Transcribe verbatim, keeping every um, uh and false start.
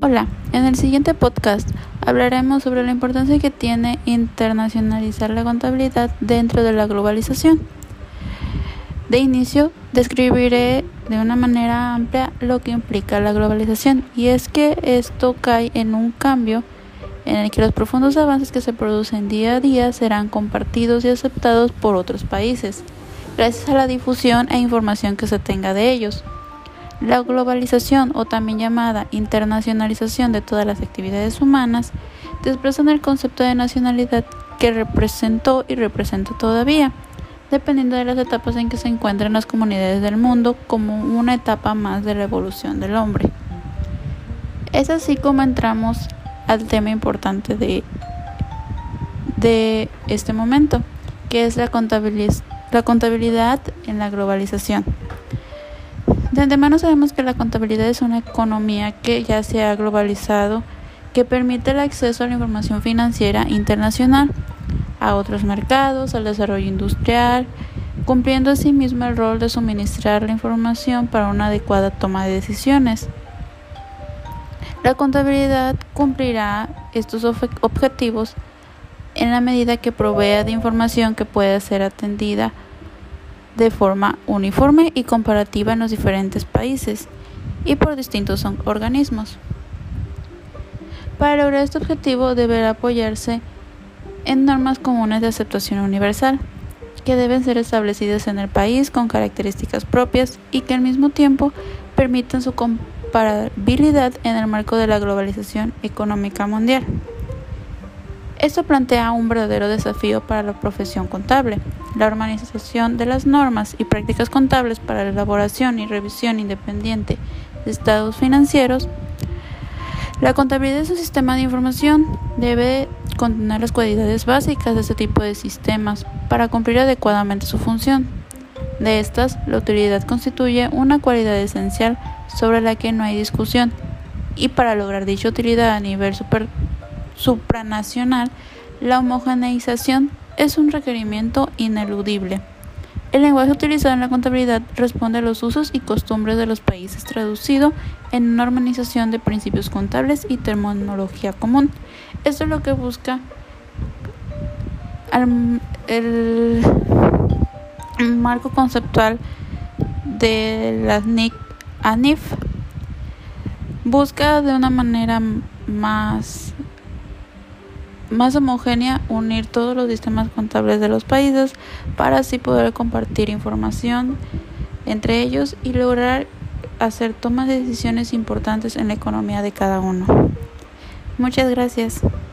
Hola, en el siguiente podcast hablaremos sobre la importancia que tiene internacionalizar la contabilidad dentro de la globalización. De inicio, describiré de una manera amplia lo que implica la globalización, y es que esto cae en un cambio en el que los profundos avances que se producen día a día serán compartidos y aceptados por otros países, gracias a la difusión e información que se tenga de ellos. La globalización, o también llamada internacionalización de todas las actividades humanas, desplazan el concepto de nacionalidad que representó y representa todavía, dependiendo de las etapas en que se encuentran las comunidades del mundo, como una etapa más de la evolución del hombre. Es así como entramos al tema importante de, de este momento, que es la contabilidad, la contabilidad en la globalización. De antemano sabemos que la contabilidad es una economía que ya se ha globalizado, que permite el acceso a la información financiera internacional, a otros mercados, al desarrollo industrial, cumpliendo asimismo el rol de suministrar la información para una adecuada toma de decisiones. La contabilidad cumplirá estos objetivos en la medida que provea de información que pueda ser atendida de forma uniforme y comparativa en los diferentes países y por distintos organismos. Para lograr este objetivo deberá apoyarse en normas comunes de aceptación universal, que deben ser establecidas en el país con características propias y que al mismo tiempo permitan su comparabilidad en el marco de la globalización económica mundial. Esto plantea un verdadero desafío para la profesión contable. La armonización de las normas y prácticas contables para la elaboración y revisión independiente de estados financieros. La contabilidad es un sistema de información. Debe contener las cualidades básicas de este tipo de sistemas para cumplir adecuadamente su función. De estas, la utilidad constituye una cualidad esencial sobre la que no hay discusión, y para lograr dicha utilidad a nivel super supranacional, la homogeneización es un requerimiento ineludible. El lenguaje utilizado en la contabilidad responde a los usos y costumbres de los países, traducido en una armonización de principios contables y terminología común. Esto es lo que busca el, el marco conceptual de la N I F. Busca de una manera más más homogénea unir todos los sistemas contables de los países para así poder compartir información entre ellos y lograr hacer tomas de decisiones importantes en la economía de cada uno. Muchas gracias.